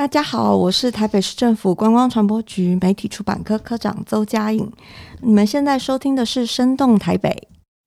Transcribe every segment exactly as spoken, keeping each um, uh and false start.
大家好，我是台北市政府观光传播局媒体出版科科长邹佳颖。你们现在收听的是生动台北。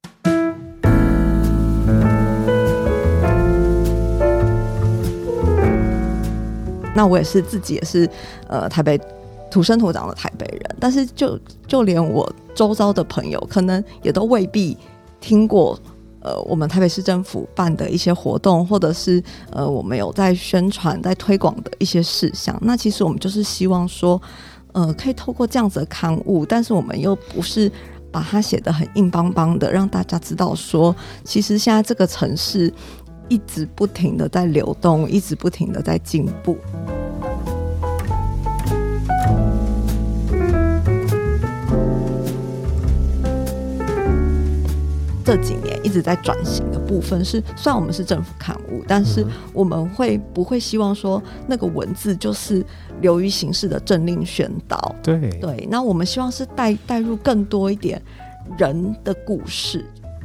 那我也是自己也是呃台北土生土长的台北人，但是就就连我周遭的朋友可能也都未必听过呃我们台北市政府办的一些活动，或者是呃我们有在宣传在推广的一些事项。那其实我们就是希望说呃可以透过这样子的刊物，但是我们又不是把它写得很硬邦邦的，让大家知道说其实现在这个城市一直不停的在流动，一直不停的在进步。这几年一直在转型的部分是，虽然我们是政府刊物，但是我们会不会希望说那个文字就是流于形式的政令宣导？ 对对，那我们希望是带带入更多一点人的故事。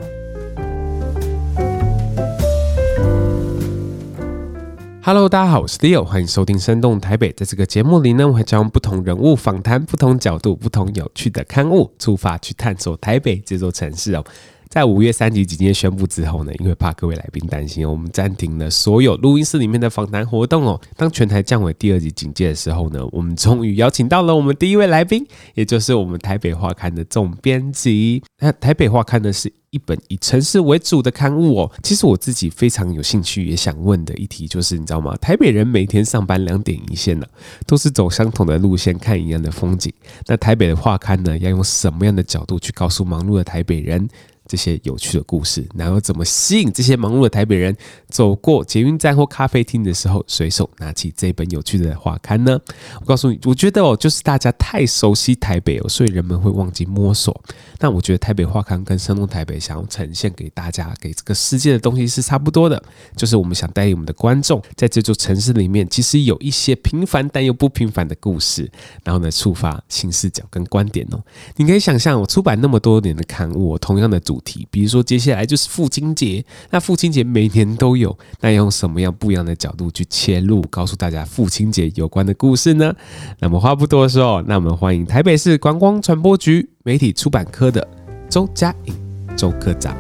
Hello， 大家好，我是 Leo， 欢迎收听生动台北。在这个节目里呢，我会将不同人物访谈、不同角度、不同有趣的刊物，出发去探索台北这座城市哦。在五月三级警戒宣布之后呢，因为怕各位来宾担心哦，我们暂停了所有录音室里面的访谈活动哦。当全台降为第二级警戒的时候呢，我们终于邀请到了我们第一位来宾，也就是我们台北画刊的总编辑。那台北画刊呢是一本以城市为主的刊物哦。其实我自己非常有兴趣也想问的一题就是，你知道吗？台北人每天上班两点一线呢、啊，都是走相同的路线，看一样的风景。那台北的画刊呢，要用什么样的角度去告诉忙碌的台北人这些有趣的故事，然后怎么吸引这些忙碌的台北人走过捷运站或咖啡厅的时候，随手拿起这本有趣的画刊呢？我告诉你，我觉得哦，就是大家太熟悉台北哦，所以人们会忘记摸索。那我觉得台北画刊跟生动台北想要呈现给大家、给这个世界的东西是差不多的，就是我们想带领我们的观众，在这座城市里面，其实有一些平凡但又不平凡的故事，然后呢，触发新视角跟观点哦。你可以想象，我出版那么多年的刊物、哦，同样的主题，比如说接下来就是父亲节，那父亲节每年都有，那要用什么样不一样的角度去切入，告诉大家父亲节有关的故事呢？那么话不多说，那我们欢迎台北市观光传播局媒体出版科的邹佳颖邹科长。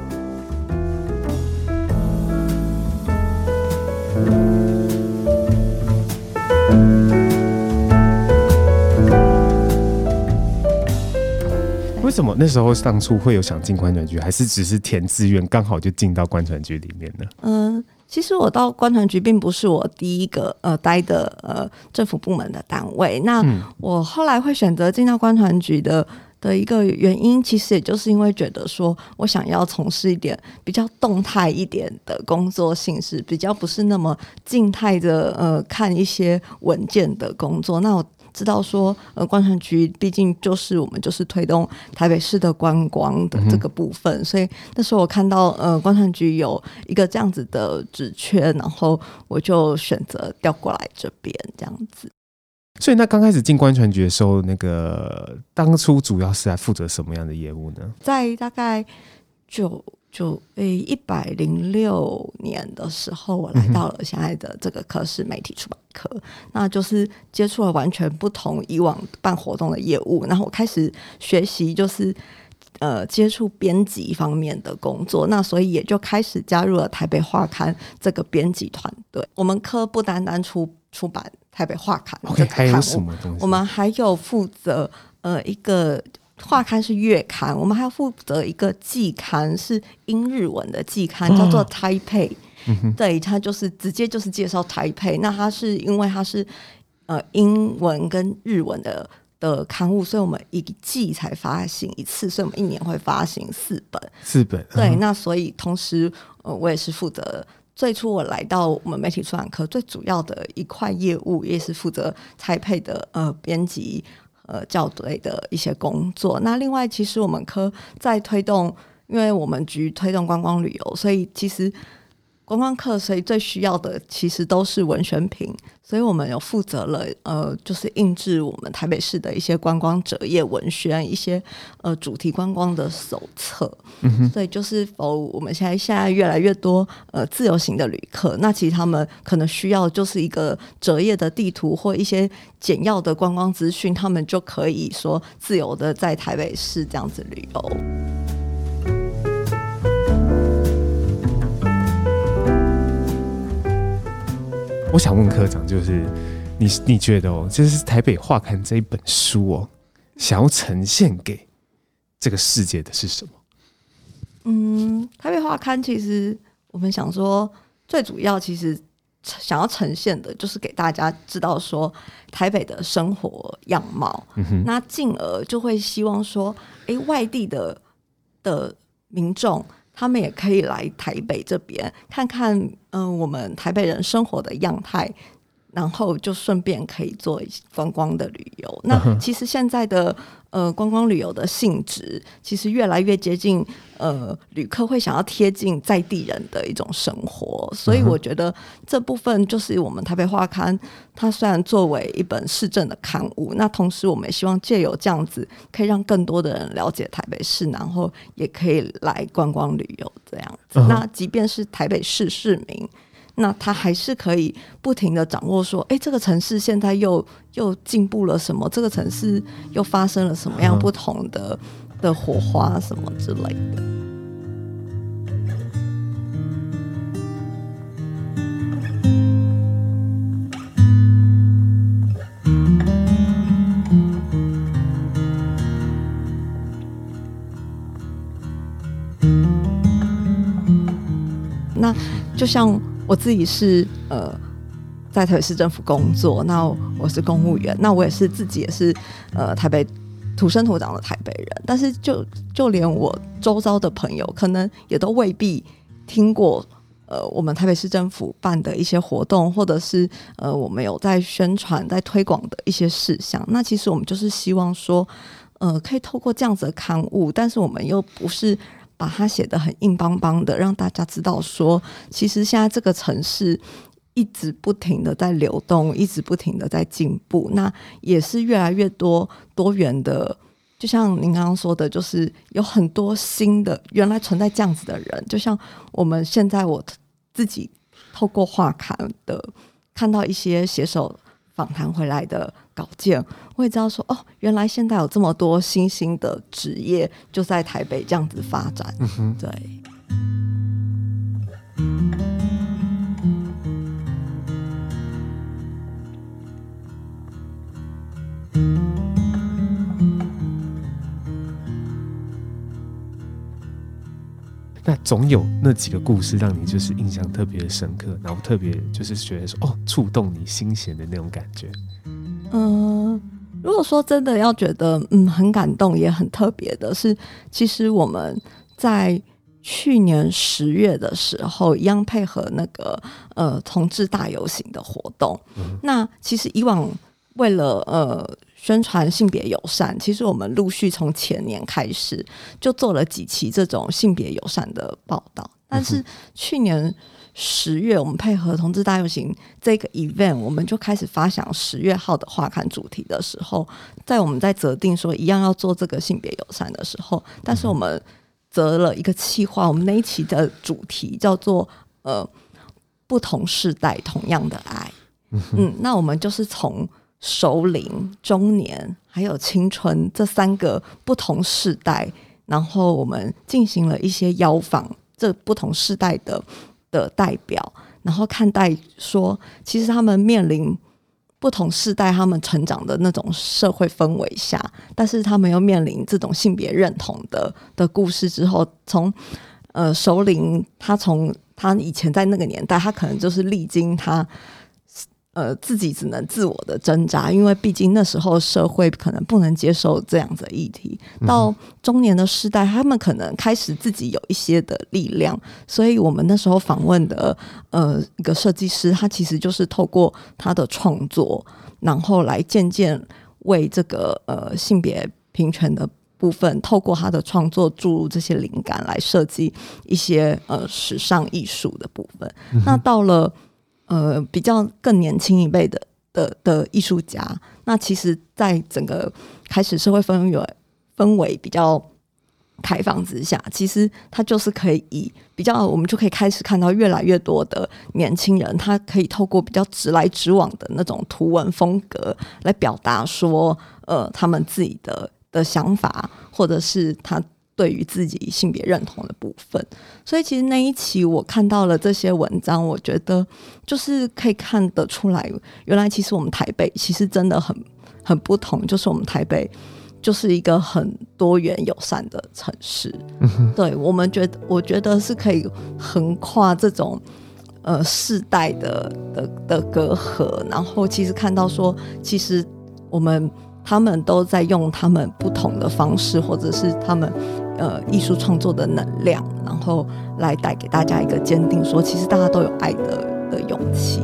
为什么那时候当初会有想进观传局，还是只是填志愿刚好就进到观传局里面呢？ 嗯、呃，其实我到观传局并不是我第一个呃待的呃政府部门的单位。那我后来会选择进到观传局的的一个原因，其实也就是因为觉得说我想要从事一点比较动态一点的工作性质，比较不是那么静态的呃看一些文件的工作。那我知道说呃观传局毕竟就是我们就是推动台北市的观光的这个部分、嗯、所以那时候我看到呃观传局有一个这样子的职缺，然后我就选择调过来这边这样子。 所以那刚开始进观传局的时候，那个当初主要是来负责什么样的业务呢？ 在大概就就诶一百零六年的时候，我来到了现在的这个科室媒体出版科、嗯、那就是接触了完全不同以往办活动的业务，然后我开始学习就是呃接触编辑方面的工作，那所以也就开始加入了台北画刊这个编辑团队。我们科不单单出出版台北画刊这个刊物， okay, 还有什么东西？ 我们还有负责呃一个画刊是月刊，我们还要负责一个季刊是英日文的季刊，叫做 Taipei、嗯、对，它就是直接就是介绍 Taipei。那它是因为它是呃英文跟日文的的刊物，所以我们一季才发行一次，所以我们一年会发行四本四本对、嗯、那所以同时、呃、我也是负责最初我来到我们媒体出版科最主要的一块业务，也是负责台配的呃编辑呃校对的一些工作。那另外其实我们科在推动，因为我们局推动观光旅游，所以其实观光客，所以最需要的其实都是文宣品，所以我们有负责了呃，就是印制我们台北市的一些观光折页文宣，一些呃主题观光的手册。嗯，所以就是否我们现在现在越来越多呃自由行的旅客，那其实他们可能需要就是一个折页的地图或一些简要的观光资讯，他们就可以说自由的在台北市这样子旅游。 我想问科长，就是你你觉得哦，就是台北画刊这一本书哦，想要呈现给这个世界的是什么？ 嗯，台北画刊其实我们想说，最主要其实想要呈现的就是给大家知道说台北的生活样貌，嗯、那进而就会希望说，哎，外地的的民众。他们也可以来台北这边看看，嗯、呃，我们台北人生活的样态，然后就顺便可以做观光的旅游。那其实现在的呃观光旅游的性质，其实越来越接近呃旅客会想要贴近在地人的一种生活，所以我觉得这部分就是我们台北画刊，它虽然作为一本市政的刊物，那同时我们也希望借由这样子，可以让更多的人了解台北市，然后也可以来观光旅游这样子。那即便是台北市市民。那他还是可以不停的掌握说，哎，这个城市现在又又进步了什么？这个城市又发生了什么样不同的的火花什么之类的。那就像。我自己是呃在台北市政府工作，那我是公务员，那我也是自己也是呃台北土生土长的台北人，但是就就连我周遭的朋友，可能也都未必听过呃我们台北市政府办的一些活动，或者是呃我们有在宣传、在推广的一些事项。那其实我们就是希望说，呃，可以透过这样子的刊物，但是我们又不是。把它写得很硬邦邦的，让大家知道说，其实现在这个城市一直不停的在流动，一直不停的在进步，那也是越来越多多元的，就像您刚刚说的，就是有很多新的原来存在这样子的人，就像我们现在我自己透过画刊的看到一些写手访谈回来的稿件，我也知道说哦，原来现在有这么多新兴的职业就在台北这样子发展。嗯、对。 那总有那几个故事让你就是印象特别的深刻，然后特别就是觉得说哦，触动你心弦的那种感觉。 嗯、呃，如果说真的要觉得嗯很感动也很特别的是，其实我们在去年十月的时候，一样配合那个呃同志大游行的活动。嗯、那其实以往为了呃。宣传性别友善，其实我们陆续从前年开始就做了几期这种性别友善的报道，但是去年十月我们配合同志大游行这个 event， 我们就开始发想十月号的画刊主题的时候，在我们在择定说一样要做这个性别友善的时候，但是我们择了一个企划，我们那一期的主题叫做呃不同世代同样的爱。嗯，那我们就是从熟龄、中年还有青春这三个不同世代，然后我们进行了一些邀访这不同世代的的代表，然后看待说其实他们面临不同世代他们成长的那种社会氛围下，但是他们又面临这种性别认同的的故事之后，从呃熟龄他从他以前在那个年代他可能就是历经他呃，自己只能自我的挣扎，因为毕竟那时候社会可能不能接受这样子的议题。到中年的世代，他们可能开始自己有一些的力量，所以我们那时候访问的呃一个设计师，他其实就是透过他的创作，然后来渐渐为这个呃性别平权的部分，透过他的创作注入这些灵感来设计一些呃时尚艺术的部分。嗯、那到了呃比较更年轻一辈的的的艺术家，那其实在整个开始社会氛围氛围比较开放之下，其实他就是可以以比较，我们就可以开始看到越来越多的年轻人，他可以透过比较直来直往的那种图文风格来表达说，呃，他们自己的的想法，或者是他对于自己性别认同的部分。所以其实那一期我看到了这些文章，我觉得就是可以看得出来，原来其实我们台北其实真的很很不同，就是我们台北就是一个很多元友善的城市。嗯、对，我们觉得我觉得是可以横跨这种呃世代的的的隔阂，然后其实看到说其实我们他们都在用他们不同的方式，或者是他们呃艺术创作的能量，然后来带给大家一个坚定说其实大家都有爱的的勇气。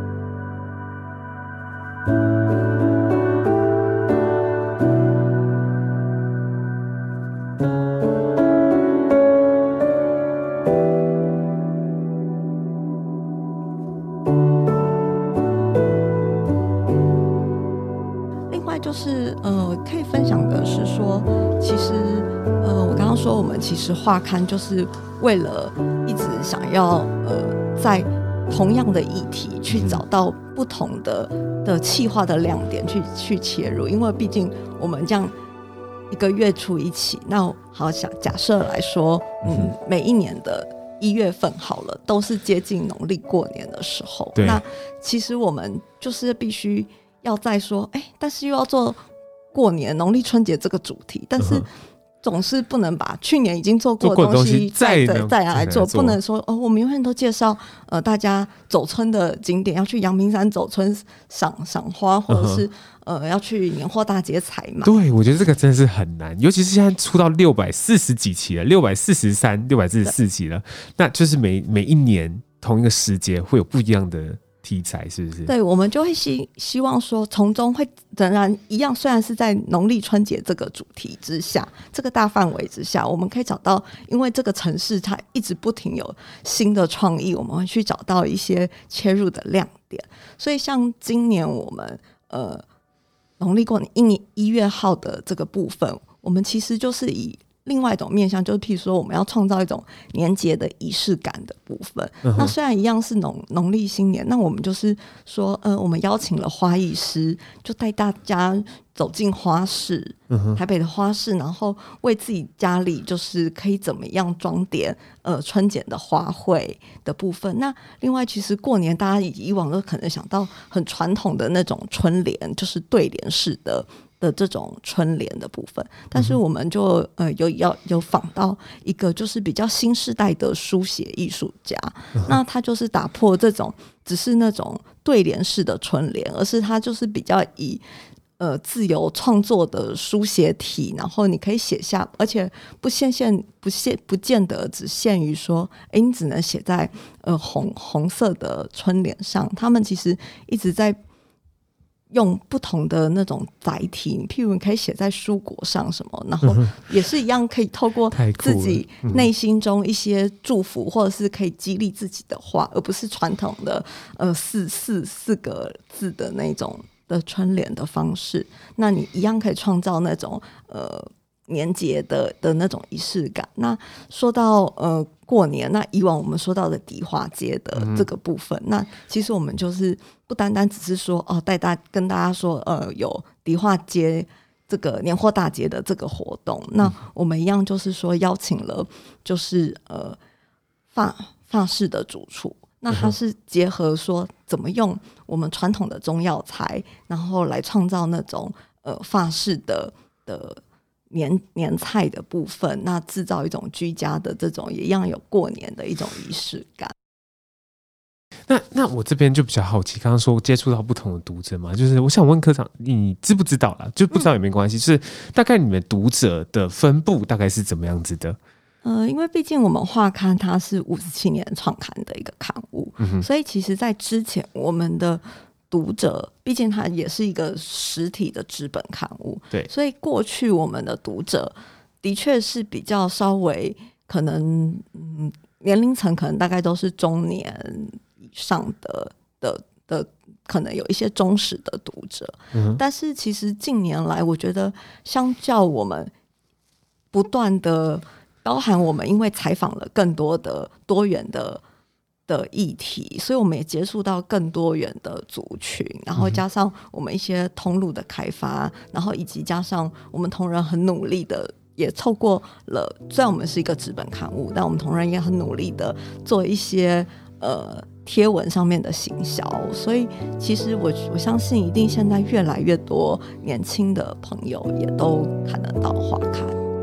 就是呃，可以分享的是说，其实呃，我刚刚说我们其实画刊就是为了一直想要呃，在同样的议题去找到不同的的企划的亮点去去切入，因为毕竟我们这样一个月出一期，那好想假设来说，嗯，每一年的一月份好了，都是接近农历过年的时候，那其实我们就是必须要再说，哎，但是又要做过年农历春节这个主题，但是总是不能把去年已经做过的东西再再来做，不能说哦，我们永远都介绍呃大家走春的景点，要去阳明山走春赏赏花，或者是、嗯、呃要去年货大街采买。 对，我觉得这个真的是很难，尤其是现在出到六百四十几期了，六百四十三、六百四十四期了，那就是每每一年同一个时节会有不一样的题材，是不是？ 对，我们就会 希, 希望说从中会仍然一样，虽然是在农历春节这个主题之下，这个大范围之下，我们可以找到，因为这个城市它一直不停有新的创意，我们会去找到一些切入的亮点。所以像今年我们呃农历过年一年一月号的这个部分，我们其实就是以另外一种面向，就是譬如说我们要创造一种年节的仪式感的部分、嗯、那虽然一样是农农历新年，那我们就是说呃，我们邀请了花艺师，就带大家走进花市、嗯、台北的花市，然后为自己家里就是可以怎么样装点呃春节的花卉的部分。那另外其实过年大家以往都可能想到很传统的那种春联，就是对联式的的这种春联的部分，但是我们就呃有要有访到一个就是比较新世代的书写艺术家、嗯、那他就是打破这种只是那种对联式的春联，而是他就是比较以呃自由创作的书写体，然后你可以写下，而且不限限不限不见得只限于说哎你只能写在呃红红色的春联上，他们其实一直在用不同的那种载体，譬如你可以写在书果上什么，然后也是一样可以透过自己内心中一些祝福，或者是可以激励自己的话，而不是传统的呃四四四个字的那种的春联的方式。那你一样可以创造那种呃年节的的那种仪式感。那说到呃过年，那以往我们说到的迪化街的这个部分、嗯、那其实我们就是不单单只是说哦带大跟大家说呃有迪化街这个年货大节的这个活动、嗯、那我们一样就是说邀请了就是呃法法式的主厨，那它是结合说怎么用我们传统的中药材，然后来创造那种呃法式的的年年菜的部分，那制造一种居家的这种也一样有过年的一种仪式感。 那那我这边就比较好奇，刚刚说接触到不同的读者嘛，就是我想问科长，你知不知道啦？就不知道也没关系、嗯，就是大概你们读者的分布大概是怎么样子的？ 呃，因为毕竟我们画刊它是五十七年创刊的一个刊物、嗯，所以其实在之前我们的读者，毕竟它也是一个实体的纸本刊物， 对， 所以过去我们的读者的确是比较稍微可能，嗯，年龄层可能大概都是中年以上的的的，可能有一些忠实的读者。嗯，但是其实近年来，我觉得相较我们不断的，包含我们因为采访了更多的多元的。的议题，所以我们也接触到更多元的族群，然后加上我们一些通路的开发，然后以及加上我们同仁很努力的，也透过了，虽然我们是一个纸本刊物，但我们同仁也很努力的做一些呃贴文上面的行销，所以其实我我相信，一定现在越来越多年轻的朋友也都看得到画刊。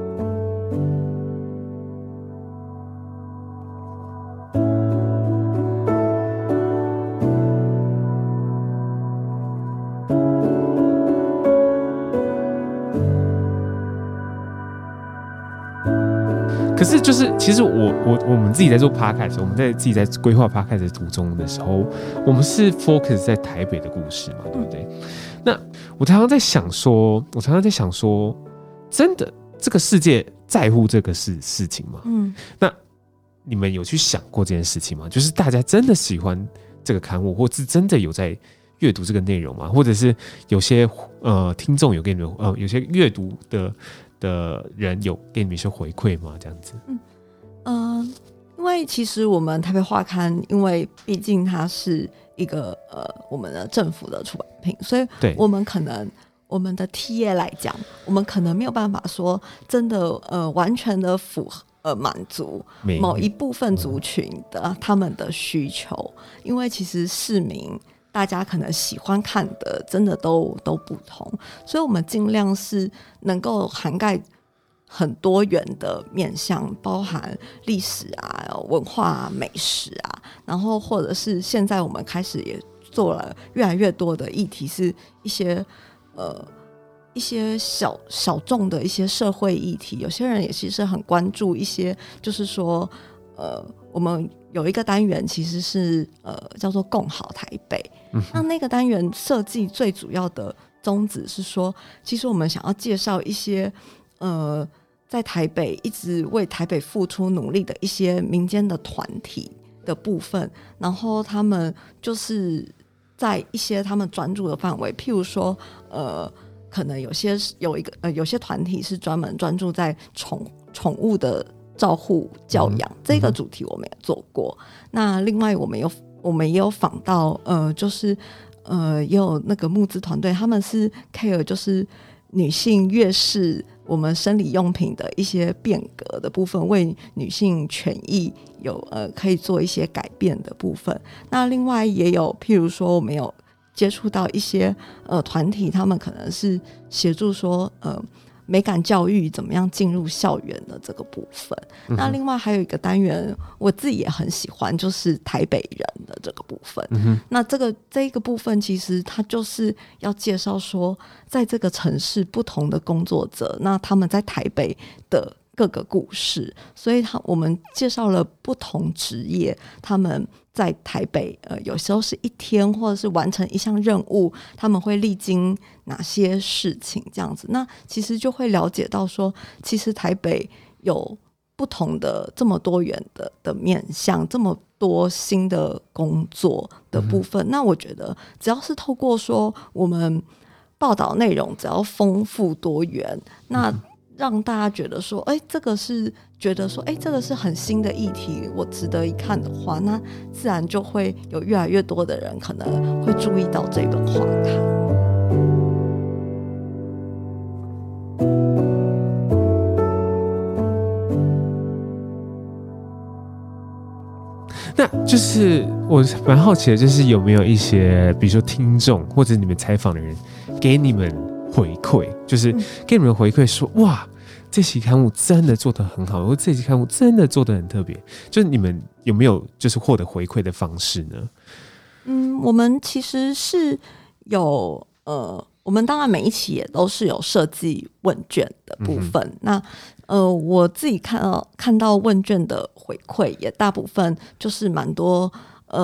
可是就是，其实我我我们自己在做 podcast， 我们在自己在规划 podcast 的途中的时候，我们是 focus 在台北的故事嘛，对不对？嗯、那我常常在想说，我常常在想说，真的这个世界在乎这个事事情吗？嗯，那你们有去想过这件事情吗？就是大家真的喜欢这个刊物，或是真的有在阅读这个内容吗？或者是有些呃听众有给你们呃有些阅读的。的人有给你们一些回馈吗？这样子，嗯， 呃，因为其实我们台北画刊，因为毕竟它是一个呃我们的政府的出版品，所以我们可能我们的 T A 来讲，我们可能没有办法说真的呃完全的符合呃满足某一部分族群的、嗯、他们的需求，因为其实市民。大家可能喜欢看的真的都都不同，所以我们尽量是能够涵盖很多元的面向，包含历史啊、文化啊、美食啊，然后或者是现在我们开始也做了越来越多的议题，是一些呃一些小小众的一些社会议题，有些人也其实很关注一些，就是说呃我们。有一个单元其实是呃叫做共好台北、嗯、那那个单元设计最主要的宗旨是说，其实我们想要介绍一些呃在台北一直为台北付出努力的一些民间的团体的部分，然后他们就是在一些他们专注的范围，譬如说呃可能有些有一个呃有些团体是专门专注在宠宠物的照护教养、嗯、这个主题我们也做过、嗯、那另外我们有我们也有访到呃就是呃也有那个募资团队，他们是 care 就是女性月事我们生理用品的一些变革的部分，为女性权益有呃可以做一些改变的部分。那另外也有譬如说我们有接触到一些呃团体，他们可能是协助说呃美感教育怎么样进入校园的这个部分、嗯、那另外还有一个单元我自己也很喜欢，就是台北人的这个部分、嗯、那这个这个部分其实它就是要介绍说在这个城市不同的工作者，那他们在台北的各个故事，所以他我们介绍了不同职业他们在台北呃，有时候是一天或者是完成一项任务，他们会历经哪些事情这样子，那其实就会了解到说其实台北有不同的这么多元的的面向，这么多新的工作的部分、嗯、那我觉得只要是透过说我们报道内容只要丰富多元，那、嗯让大家觉得说哎、欸，这个是觉得说哎、欸，这个是很新的议题，我值得一看的话，那自然就会有越来越多的人可能会注意到这本画刊。 那就是我蛮好奇的，就是有没有一些比如说听众或者你们采访的人给你们回馈，就是给你们回馈说、嗯、哇这期刊物真的做得很好，或这期刊物真的做得很特别，就是你们有没有就是获得回馈的方式呢？ 嗯，我们其实是有呃，我们当然每一期也都是有设计问卷的部分。嗯、那呃，我自己看到看到问卷的回馈，也大部分就是蛮多呃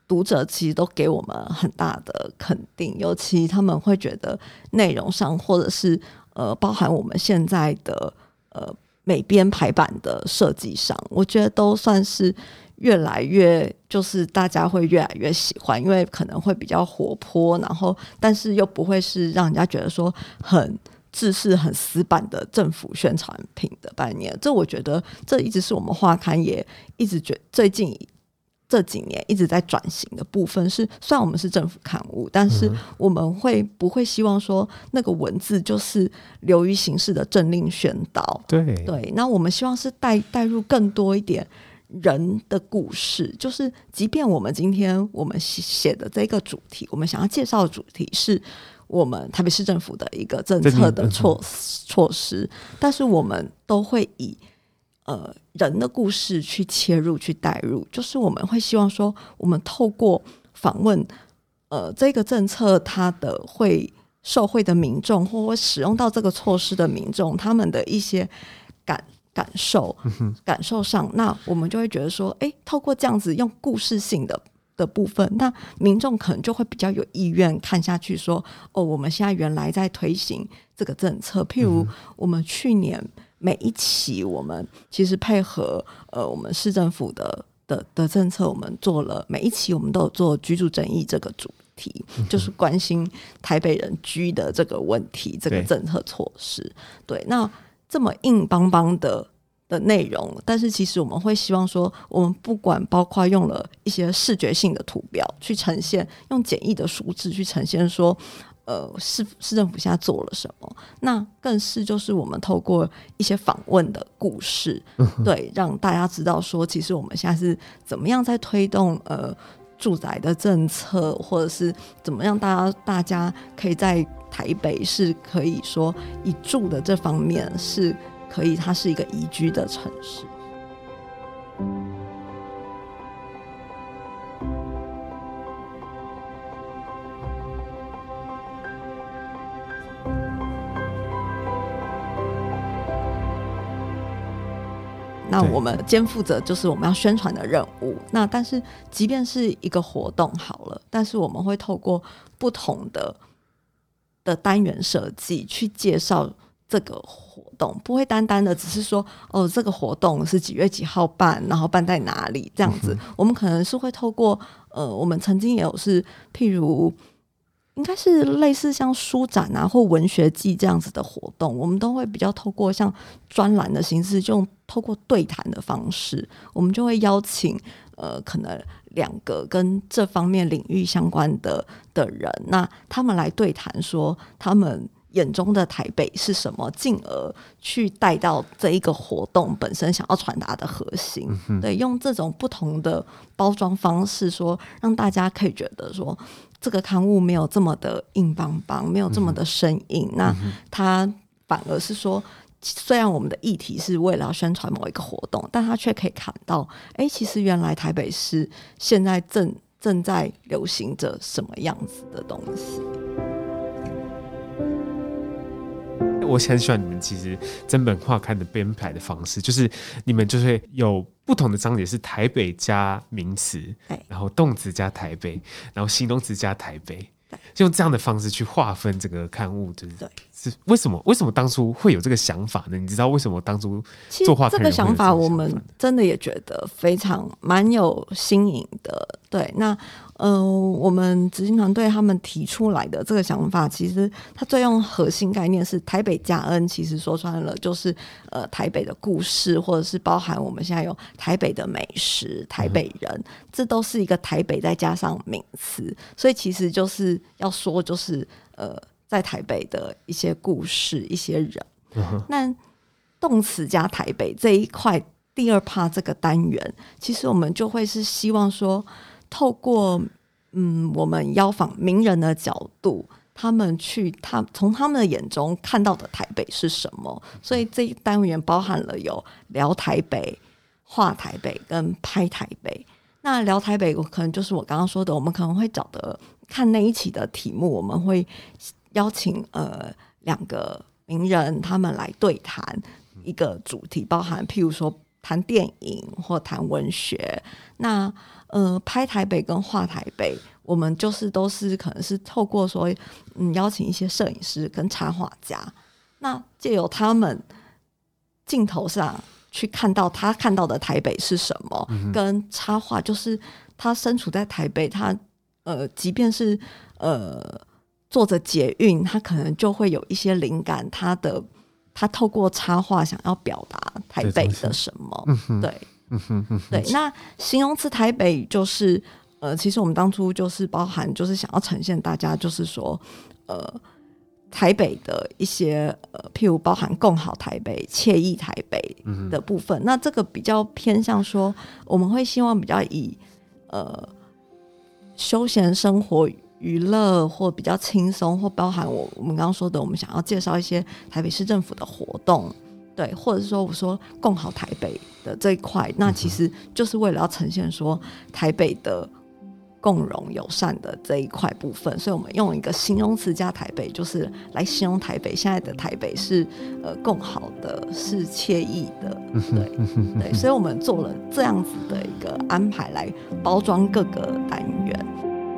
读者其实都给我们很大的肯定，尤其他们会觉得内容上或者是呃包含我们现在的呃美编排版的设计上，我觉得都算是越来越就是大家会越来越喜欢，因为可能会比较活泼，然后但是又不会是让人家觉得说很制式很死板的政府宣传品的概念。这我觉得这一直是我们画刊也一直觉最近这几年一直在转型的部分是，虽然我们是政府刊物，但是我们会不会希望说那个文字就是流于形式的政令宣导？ 对对，那我们希望是带带入更多一点人的故事，就是即便我们今天我们写的这个主题，我们想要介绍的主题是我们台北市政府的一个政策的措措施，但是我们都会以呃人的故事去切入去带入，就是我们会希望说我们透过访问呃这个政策它的会受惠的民众或会使用到这个措施的民众他们的一些感感受感受上，那我们就会觉得说哎，透过这样子用故事性的的部分，那民众可能就会比较有意愿看下去说哦，我们现在原来在推行这个政策，譬如我们去年每一期我们其实配合呃我们市政府的的的政策，我们做了每一期我们都有做居住正义这个主题，就是关心台北人居的这个问题，这个政策措施。对，那这么硬邦邦的的内容，但是其实我们会希望说我们不管包括用了一些视觉性的图表去呈现，用简易的数字去呈现说呃，市市政府现在做了什么，那更是就是我们透过一些访问的故事，对，让大家知道说其实我们现在是怎么样在推动呃住宅的政策，或者是怎么样大家大家可以在台北是可以说以住的这方面是可以它是一个宜居的城市。那我们肩负着就是我们要宣传的任务，那但是即便是一个活动好了，但是我们会透过不同的的单元设计去介绍这个活动，不会单单的只是说哦，这个活动是几月几号办，然后办在哪里这样子、嗯、我们可能是会透过呃，我们曾经也有是譬如应该是类似像书展啊或文学季这样子的活动，我们都会比较透过像专栏的形式，就透过对谈的方式，我们就会邀请呃可能两个跟这方面领域相关的的人，那他们来对谈说他们眼中的台北是什么，进而去带到这一个活动本身想要传达的核心、嗯、对，用这种不同的包装方式说让大家可以觉得说这个刊物没有这么的硬邦邦，没有这么的生硬、嗯、那它反而是说虽然我们的议题是为了要宣传某一个活动，但它却可以看到哎，其实原来台北市现在正正在流行着什么样子的东西。 我很喜欢你们其实整本画刊的编排的方式，就是你们就会有不同的章节是台北加名词，然后动词加台北，然后形容词加台北，用这样的方式去划分这个刊物，就是对是为什么为什么当初会有这个想法呢？你知道为什么当初做画刊人会有这个想法？这个想法我们真的也觉得非常蛮有新颖的。对，那呃，我们执行团队他们提出来的这个想法，其实它最用核心概念是台北加 N， 其实说穿了就是呃台北的故事，或者是包含我们现在有台北的美食、台北人，嗯、这都是一个台北再加上名词，所以其实就是要说就是呃在台北的一些故事、一些人。嗯、那动词加台北这一块第二 part 这个单元，其实我们就会是希望说。透过嗯，我们邀访名人的角度，他们去他从他们的眼中看到的台北是什么，所以这一单元包含了有聊台北、画台北跟拍台北。那聊台北可能就是我刚刚说的，我们可能会找的看那一期的题目，我们会邀请呃两个名人他们来对谈一个主题，包含譬如说谈电影或谈文学。那呃，拍台北跟画台北，我们就是都是可能是透过说，嗯，邀请一些摄影师跟插画家，那借由他们镜头上去看到他看到的台北是什么，嗯、跟插画就是他身处在台北，他呃，即便是呃坐着捷运，他可能就会有一些灵感，他的他透过插画想要表达台北的什么，对。嗯哼哼，对，那形容词台北就是呃，其实我们当初就是包含就是想要呈现大家就是说呃台北的一些呃，譬如包含共好台北、惬意台北的部分。嗯、那这个比较偏向说，我们会希望比较以呃休闲生活、娱乐或比较轻松，或包含我我们刚刚说的，我们想要介绍一些台北市政府的活动。对，或者是说我说共好台北的这一块，那其实就是为了要呈现说台北的共融友善的这一块部分，所以我们用一个形容词加台北，就是来形容台北现在的台北是呃共好的，是惬意的，对对，所以我们做了这样子的一个安排来包装各个单元。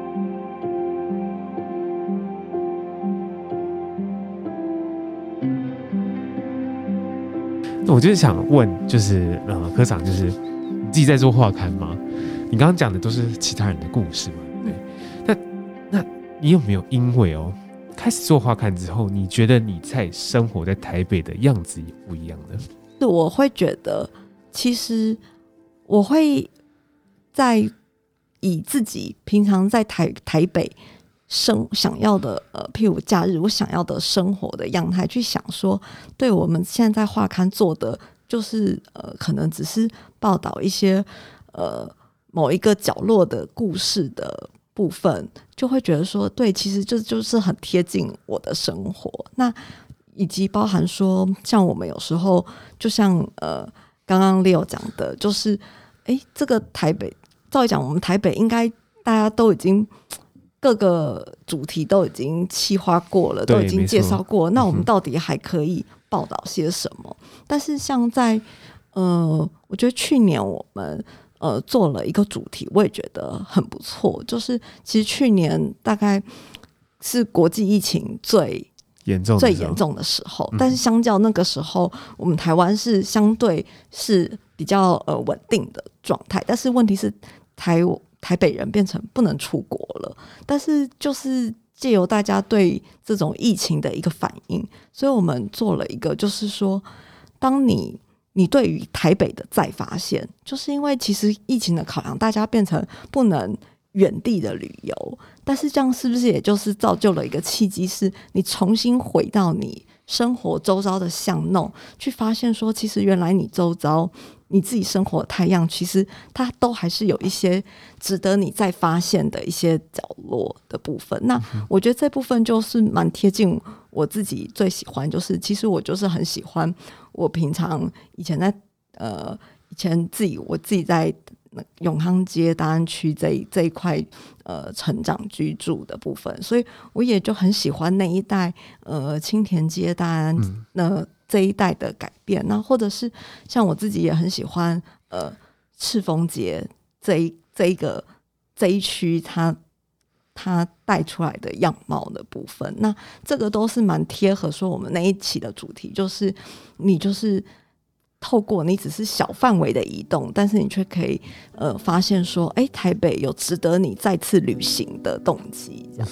我就是想问，就是呃，科长，就是你自己在做画刊吗？你刚刚讲的都是其他人的故事嘛？对。那那你有没有因为哦，开始做画刊之后，你觉得你在生活在台北的样子也不一样呢？ 是，我会觉得，其实我会在以自己平常在台台北生想要的呃，譬如假日我想要的生活的样态去想说，对我们现在在画刊做的就是呃，可能只是报道一些呃某一个角落的故事的部分，就会觉得说，对，其实就就是很贴近我的生活。那以及包含说，像我们有时候就像呃刚刚 Leo 讲的，就是哎，这个台北，照理讲我们台北应该大家都已经。各个主题都已经企划过了，都已经介绍过了，那我们到底还可以报道些什么？嗯、但是像在呃，我觉得去年我们呃做了一个主题，我也觉得很不错。就是其实去年大概是国际疫情最严重、 最严重的时候，嗯、但是相较那个时候，我们台湾是相对是比较呃稳定的状态。但是问题是台台北人变成不能出国了，但是就是借由大家对这种疫情的一个反应，所以我们做了一个，就是说，当你你对于台北的再发现，就是因为其实疫情的考量，大家变成不能远地的旅游，但是这样是不是也就是造就了一个契机，是你重新回到你生活周遭的巷弄，去发现说，其实原来你周遭你自己生活的太阳，其实它都还是有一些值得你再发现的一些角落的部分。那我觉得这部分就是蛮贴近我自己最喜欢，就是其实我就是很喜欢我平常以前在呃以前自己我自己在永康街大安区这一这一块呃成长居住的部分，所以我也就很喜欢那一带呃青田街大安那、呃、这一带的改变。那或者是像我自己也很喜欢呃赤峰街这一这一个这一区它它带出来的样貌的部分，那这个都是蛮贴合说我们那一期的主题，就是你就是透过你只是小范围的移动，但是你却可以呃发现说，哎，台北有值得你再次旅行的动机，这样。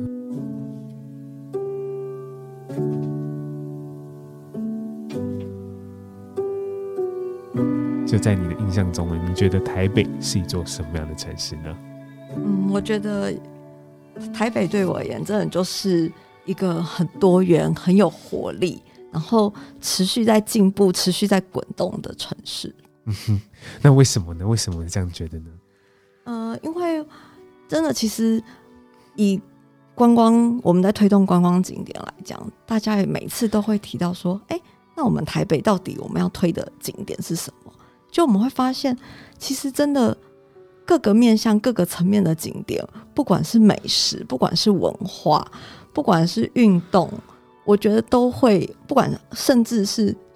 就在你的印象中呢，你觉得台北是一座什么样的城市呢？ 嗯，我觉得台北对我而言，真的就是一个很多元、很有活力，然后持续在进步、持续在滚动的城市。 嗯哼，那为什么呢？为什么这样觉得呢？ 呃，因为真的，其实以观光我们在推动观光景点来讲，大家也每次都会提到说，哎，那我们台北到底我们要推的景点是什么？就我们会发现，其实真的各个面向、各个层面的景点，不管是美食，不管是文化，不管是运动。我觉得都会，不管甚至是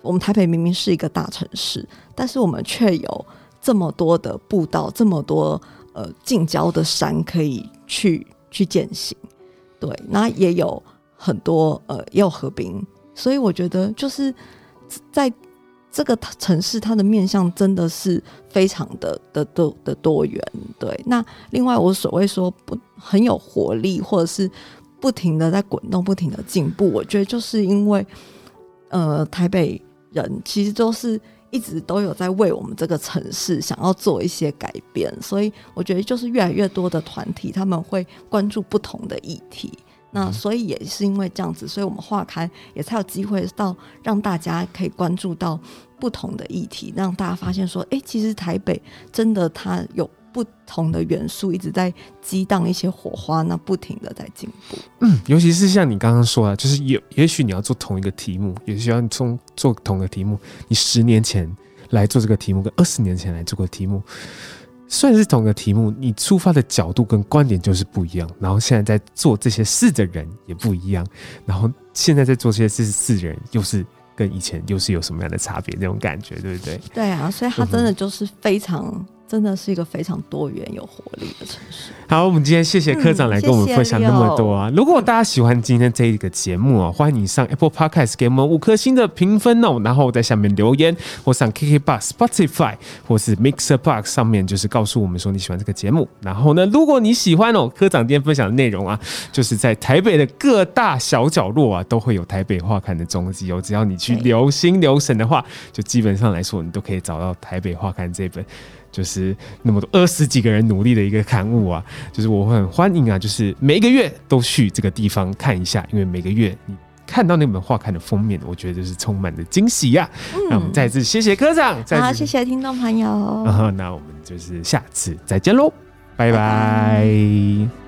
我们台北明明是一个大城市，但是我们却有这么多的步道，这么多呃近郊的山可以去去践行。对，那也有很多呃也有河滨，所以我觉得就是在这个城市它的面向真的是非常的的的的多元。对，那另外我所谓说不很有活力，或者是不停的在滚动，不停的进步，我觉得就是因为呃台北人其实都是一直都有在为我们这个城市想要做一些改变，所以我觉得就是越来越多的团体他们会关注不同的议题，那所以也是因为这样子，所以我们化开也才有机会到让大家可以关注到不同的议题，让大家发现说哎、欸，其实台北真的它有不同的元素一直在激荡一些火花，那不停的在进步。 嗯，尤其是像你刚刚说的，就是也也许你要做同一个题目，也许要你做做同一个题目，你十年前来做这个题目，跟二十年前来做个题目，虽然是同一个题目，你出发的角度跟观点就是不一样。然后现在在做这些事的人也不一样，然后现在在做这些事的人又是跟以前又是有什么样的差别？那种感觉，对不对？ 对啊，所以它真的就是非常。嗯真的是一个非常多元有活力的城市。 好，我们今天谢谢科长来跟我们分享那么多啊！嗯、如果大家喜欢今天这一个节目啊，欢迎你上 Apple Podcast 给我们五颗星的评分哦，然后在下面留言，或上 K K B O X、Spotify 或是 Mixer Box 上面，就是告诉我们说你喜欢这个节目。然后呢，如果你喜欢哦，科长今天分享的内容啊，就是在台北的各大小角落啊，都会有台北画刊的踪迹哦。只要你去留心留神的话，就基本上来说，你都可以找到台北画刊这本。就是那么多二十几个人努力的一个刊物啊，就是我会很欢迎啊，就是每一个月都去这个地方看一下，因为每个月你看到那本画刊的封面，我觉得就是充满的惊喜呀。嗯、那我们再次谢谢科长， 好，谢谢听众朋友。 啊，那我们就是下次再见喽，拜拜。拜拜。